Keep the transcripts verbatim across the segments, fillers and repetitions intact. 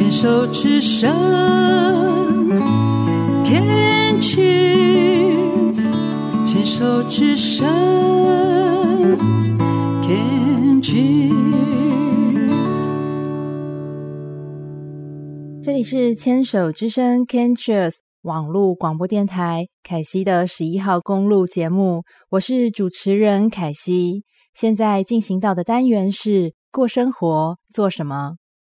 牵手之声 Can Cheers， 牵手之声 Can Cheers。 这里是牵手之声 Can Cheers 网络广播电台凯西的十一号公路节目，我是主持人凯西。现在进行到的单元是过生活做什么。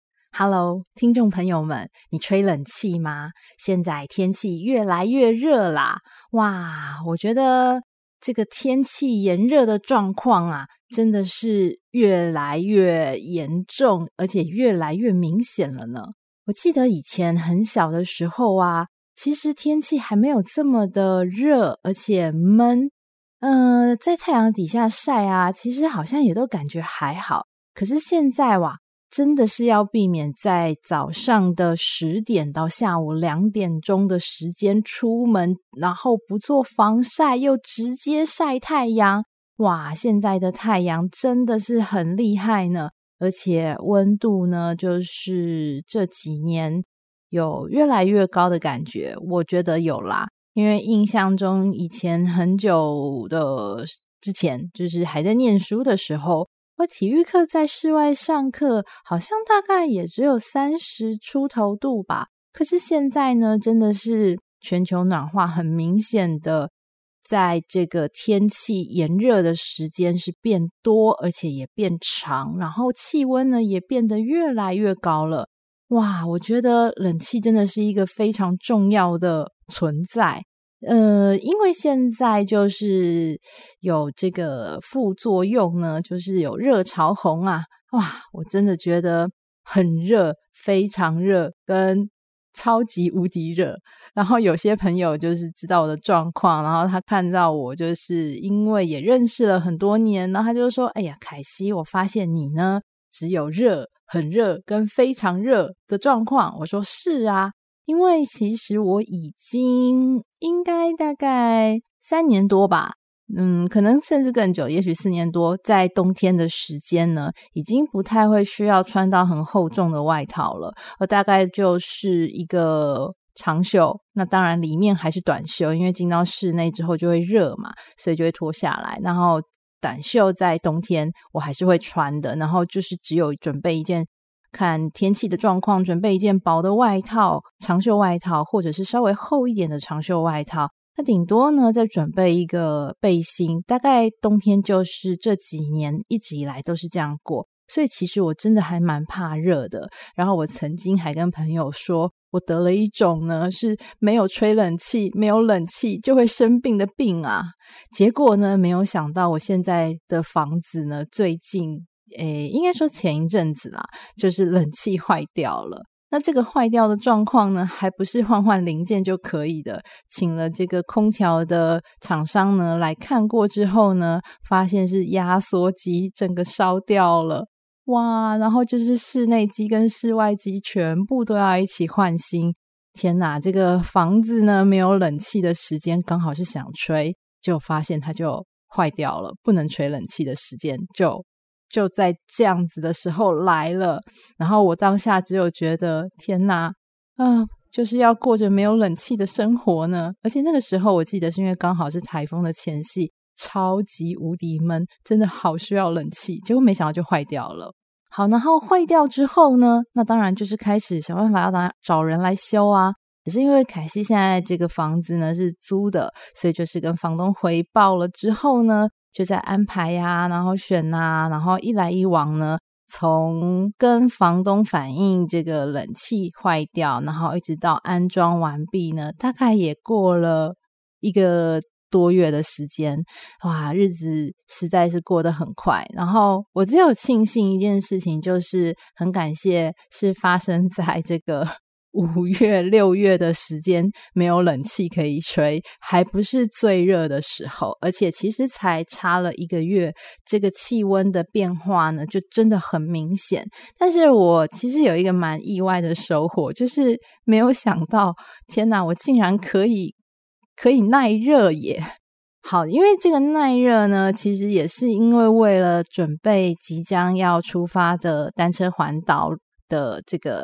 Hello， 听众朋友们，你吹冷气吗？现在天气越来越热啦，哇，我觉得这个天气炎热的状况啊，真的是越来越严重，而且越来越明显了呢。我记得以前很小的时候啊，其实天气还没有这么的热，而且闷。呃，在太阳底下晒啊，其实好像也都感觉还好。可是现在哇，真的是要避免在早上的十点到下午两点钟的时间出门，然后不做防晒又直接晒太阳。哇，现在的太阳真的是很厉害呢，而且温度呢，就是这几年有越来越高的感觉，我觉得有啦。因为印象中以前很久的之前，就是还在念书的时候，我体育课在室外上课，好像大概也只有三十出头度吧。可是现在呢，真的是全球暖化很明显的，在这个天气炎热的时间是变多，而且也变长，然后气温呢也变得越来越高了。哇，我觉得冷气真的是一个非常重要的存在。呃，因为现在就是有这个副作用呢，就是有热潮红啊，哇，我真的觉得很热，非常热，跟超级无敌热。然后有些朋友就是知道我的状况，然后他看到我就是因为也认识了很多年，然后他就说，哎呀，凯西，我发现你呢只有热、很热跟非常热的状况。我说是啊，因为其实我已经应该大概三年多吧，嗯，可能甚至更久，也许四年多，在冬天的时间呢，已经不太会需要穿到很厚重的外套了。我大概就是一个长袖，那当然里面还是短袖，因为进到室内之后就会热嘛，所以就会脱下来。然后短袖在冬天我还是会穿的，然后就是只有准备一件，看天气的状况，准备一件薄的外套，长袖外套，或者是稍微厚一点的长袖外套。那顶多呢再准备一个背心，大概冬天就是这几年一直以来都是这样过，所以其实我真的还蛮怕热的。然后我曾经还跟朋友说，我得了一种呢是没有吹冷气，没有冷气就会生病的病啊。结果呢，没有想到我现在的房子呢，最近诶，应该说前一阵子啦，就是冷气坏掉了。那这个坏掉的状况呢，还不是换换零件就可以的，请了这个空调的厂商呢来看过之后呢，发现是压缩机整个烧掉了。哇，然后就是室内机跟室外机全部都要一起换新。天哪，这个房子呢没有冷气的时间刚好是想吹，就发现它就坏掉了，不能吹冷气的时间就就在这样子的时候来了。然后我当下只有觉得天哪，啊，就是要过着没有冷气的生活呢。而且那个时候我记得是因为刚好是台风的前夕，超级无敌闷，真的好需要冷气，结果没想到就坏掉了。好，然后坏掉之后呢，那当然就是开始想办法要找人来修啊。可是因为凯西现在这个房子呢是租的，所以就是跟房东回报了之后呢，就在安排呀、啊，然后选啊，然后一来一往呢，从跟房东反映这个冷气坏掉，然后一直到安装完毕呢，大概也过了一个多月的时间。哇，日子实在是过得很快。然后我只有庆幸一件事情，就是很感谢是发生在这个五月六月的时间没有冷气可以吹，还不是最热的时候，而且其实才差了一个月，这个气温的变化呢就真的很明显。但是我其实有一个蛮意外的收获，就是没有想到，天哪，我竟然可以可以耐热耶。好，因为这个耐热呢，其实也是因为为了准备即将要出发的单车环岛的这个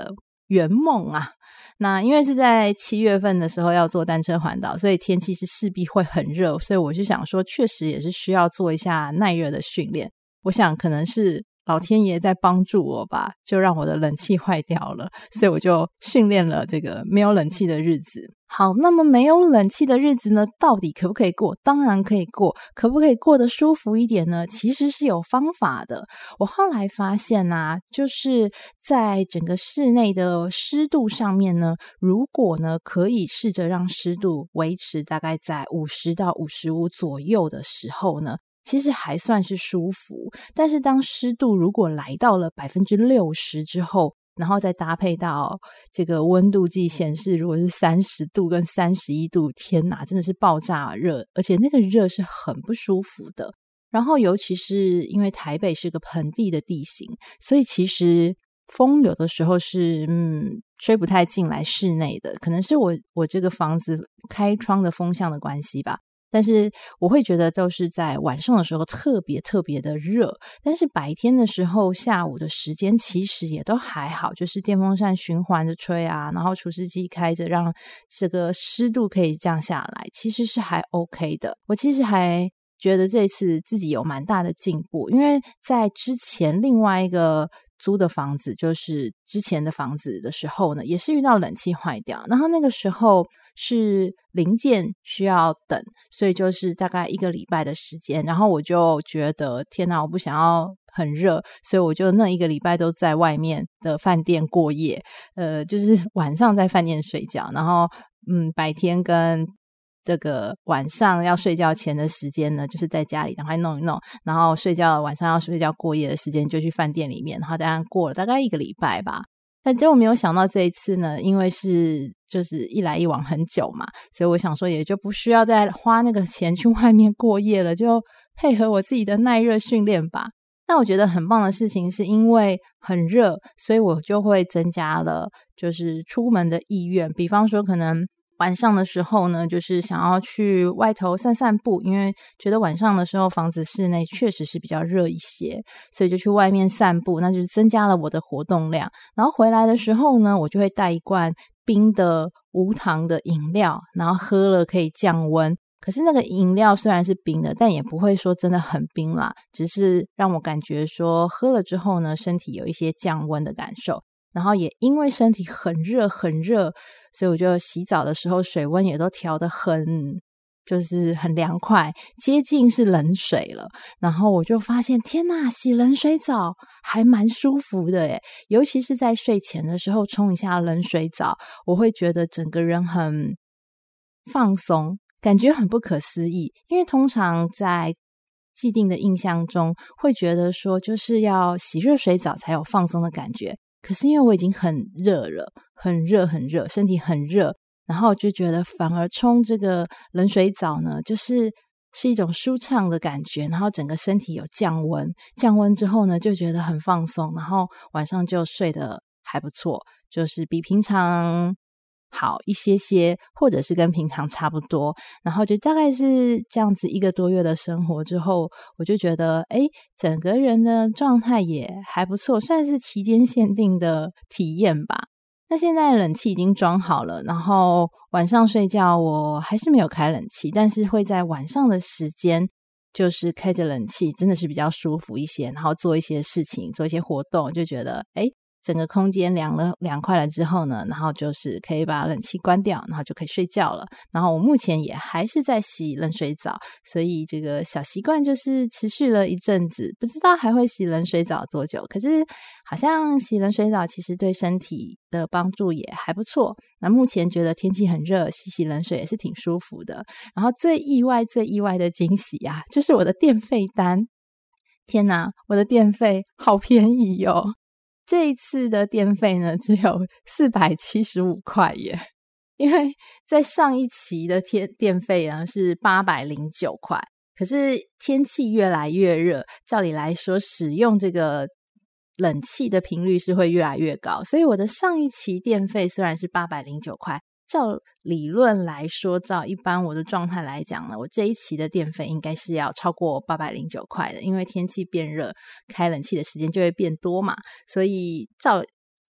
圆梦啊。那因为是在七月份的时候要做单车环岛，所以天气是势必会很热，所以我就想说确实也是需要做一下耐热的训练。我想可能是老天爷在帮助我吧，就让我的冷气坏掉了，所以我就训练了这个没有冷气的日子。好，那么没有冷气的日子呢，到底可不可以过？当然可以过，可不可以过得舒服一点呢？其实是有方法的。我后来发现啊，就是在整个室内的湿度上面呢，如果呢可以试着让湿度维持大概在五十到五十五左右的时候呢，其实还算是舒服。但是当湿度如果来到了 百分之六十 之后，然后再搭配到这个温度计显示如果是三十度跟三十一度，天哪，真的是爆炸热，而且那个热是很不舒服的。然后尤其是因为台北是个盆地的地形，所以其实风有的时候是嗯吹不太进来室内的，可能是我我这个房子开窗的风向的关系吧。但是我会觉得都是在晚上的时候特别特别的热，但是白天的时候下午的时间其实也都还好，就是电风扇循环着吹啊，然后除湿机开着，让这个湿度可以降下来，其实是还 OK 的。我其实还觉得这次自己有蛮大的进步，因为在之前另外一个租的房子，就是之前的房子的时候呢，也是遇到冷气坏掉，然后那个时候是零件需要等，所以就是大概一个礼拜的时间，然后我就觉得天哪，我不想要很热，所以我就那一个礼拜都在外面的饭店过夜，呃，就是晚上在饭店睡觉，然后嗯，白天跟这个晚上要睡觉前的时间呢，就是在家里赶快弄一弄，然后睡觉晚上要睡觉过夜的时间就去饭店里面，然后当然过了大概一个礼拜吧。但结果没有想到这一次呢，因为是就是一来一往很久嘛，所以我想说也就不需要再花那个钱去外面过夜了，就配合我自己的耐热训练吧。那我觉得很棒的事情是因为很热，所以我就会增加了就是出门的意愿，比方说可能晚上的时候呢，就是想要去外头散散步，因为觉得晚上的时候房子室内确实是比较热一些，所以就去外面散步，那就是增加了我的活动量。然后回来的时候呢，我就会带一罐冰的无糖的饮料，然后喝了可以降温。可是那个饮料虽然是冰的，但也不会说真的很冰啦，只是让我感觉说喝了之后呢，身体有一些降温的感受。然后也因为身体很热很热，所以我就洗澡的时候水温也都调得很就是很凉快，接近是冷水了。然后我就发现天哪，洗冷水澡还蛮舒服的耶，尤其是在睡前的时候冲一下冷水澡，我会觉得整个人很放松，感觉很不可思议。因为通常在既定的印象中会觉得说就是要洗热水澡才有放松的感觉，可是因为我已经很热了，很热很热，身体很热，然后就觉得反而冲这个冷水澡呢，就是是一种舒畅的感觉，然后整个身体有降温，降温之后呢，就觉得很放松，然后晚上就睡得还不错，就是比平常好一些些，或者是跟平常差不多。然后就大概是这样子一个多月的生活之后，我就觉得诶，整个人的状态也还不错，算是期间限定的体验吧。那现在冷气已经装好了，然后晚上睡觉我还是没有开冷气，但是会在晚上的时间就是开着冷气，真的是比较舒服一些，然后做一些事情，做一些活动，就觉得诶整个空间凉了凉快了之后呢，然后就是可以把冷气关掉，然后就可以睡觉了。然后我目前也还是在洗冷水澡，所以这个小习惯就是持续了一阵子，不知道还会洗冷水澡多久，可是好像洗冷水澡其实对身体的帮助也还不错。那目前觉得天气很热，洗洗冷水也是挺舒服的。然后最意外最意外的惊喜啊，就是我的电费单。天哪，我的电费好便宜哦！这一次的电费呢，只有四百七十五块耶，因为在上一期的电电费呢是八百零九块，可是天气越来越热，照理来说使用这个冷气的频率是会越来越高，所以我的上一期电费虽然是八百零九块，照理论来说，照一般我的状态来讲呢，我这一期的电费应该是要超过八百零九块的，因为天气变热，开冷气的时间就会变多嘛，所以照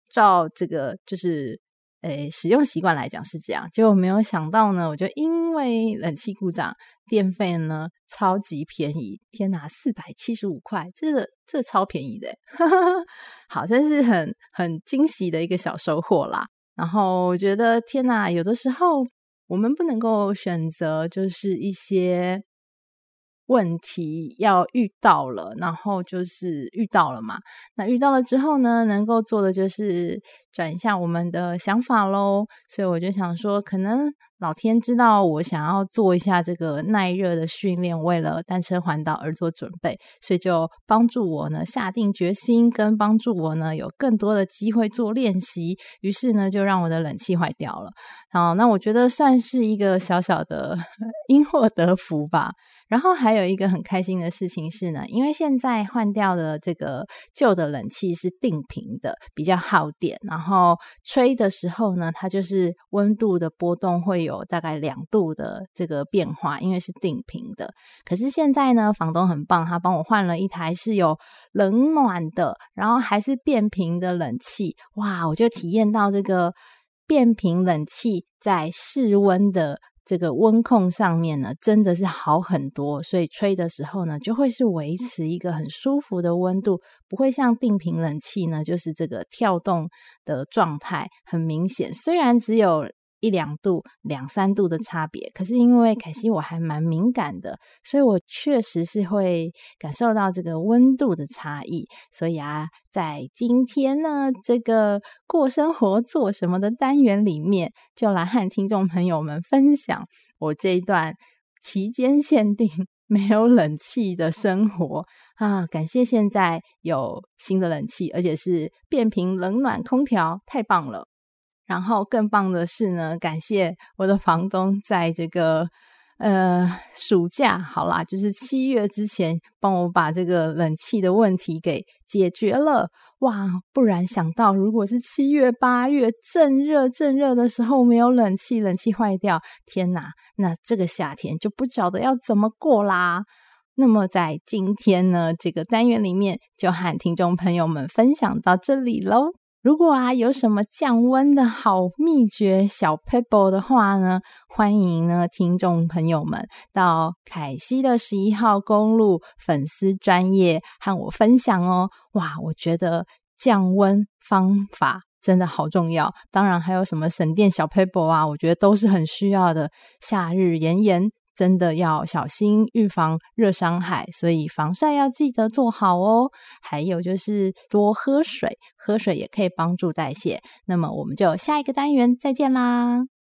照这个就是诶使用习惯来讲是这样，结果没有想到呢，我就因为冷气故障，电费呢超级便宜，天哪，四百七十五块，这个这超便宜的好，真是很很惊喜的一个小收获啦。然后我觉得天哪，有的时候我们不能够选择就是一些问题要遇到了，然后就是遇到了嘛，那遇到了之后呢，能够做的就是转一下我们的想法咯。所以我就想说，可能老天知道我想要做一下这个耐热的训练，为了单车环岛而做准备，所以就帮助我呢下定决心，跟帮助我呢有更多的机会做练习，于是呢就让我的冷气坏掉了。好，那我觉得算是一个小小的因祸得福吧。然后还有一个很开心的事情是呢，因为现在换掉的这个旧的冷气是定频的，比较耗电，然后吹的时候呢，它就是温度的波动会有大概两度的这个变化，因为是定频的。可是现在呢，房东很棒，他帮我换了一台是有冷暖的，然后还是变频的冷气。哇，我就体验到这个变频冷气在室温的这个温控上面呢，真的是好很多，所以吹的时候呢，就会是维持一个很舒服的温度，不会像定频冷气呢，就是这个跳动的状态很明显。虽然只有一两度、两三度的差别，可是因为凯西我还蛮敏感的，所以我确实是会感受到这个温度的差异。所以啊，在今天呢这个过生活做什么的单元里面，就来和听众朋友们分享我这一段期间限定没有冷气的生活啊！感谢现在有新的冷气，而且是变频冷暖空调，太棒了。然后更棒的是呢，感谢我的房东在这个呃暑假好啦，就是七月之前帮我把这个冷气的问题给解决了。哇，不然想到如果是七月八月正热正热的时候没有冷气，冷气坏掉，天哪，那这个夏天就不晓得要怎么过啦。那么在今天呢这个单元里面，就和听众朋友们分享到这里咯。如果啊有什么降温的好秘诀小 pebble 的话呢，欢迎呢听众朋友们到凯西的十一号公路粉丝专页和我分享哦。哇，我觉得降温方法真的好重要，当然还有什么省电小 pebble 啊，我觉得都是很需要的。夏日炎炎，真的要小心预防热伤害，所以防晒要记得做好哦。还有就是多喝水，喝水也可以帮助代谢。那么我们就下一个单元再见啦。